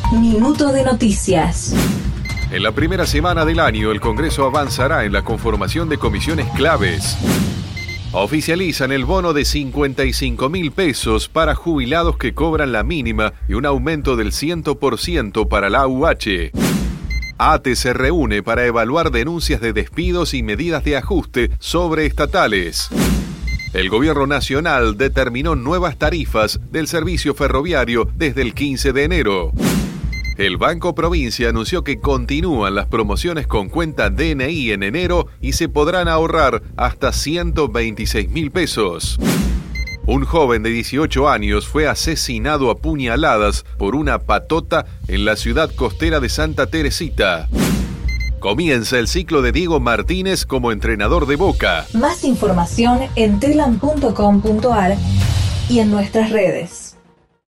Minuto de noticias. En la primera semana del año, el Congreso avanzará en la conformación de comisiones claves. Oficializan el bono de 55.000 pesos para jubilados que cobran la mínima y un aumento del 100% para la AUH. ATE se reúne para evaluar denuncias de despidos y medidas de ajuste sobre estatales. El Gobierno Nacional determinó nuevas tarifas del servicio ferroviario desde el 15 de enero. El Banco Provincia anunció que continúan las promociones con cuenta DNI en enero y se podrán ahorrar hasta 126.000 pesos. Un joven de 18 años fue asesinado a puñaladas por una patota en la ciudad costera de Santa Teresita. Comienza el ciclo de Diego Martínez como entrenador de Boca. Más información en telam.com.ar y en nuestras redes.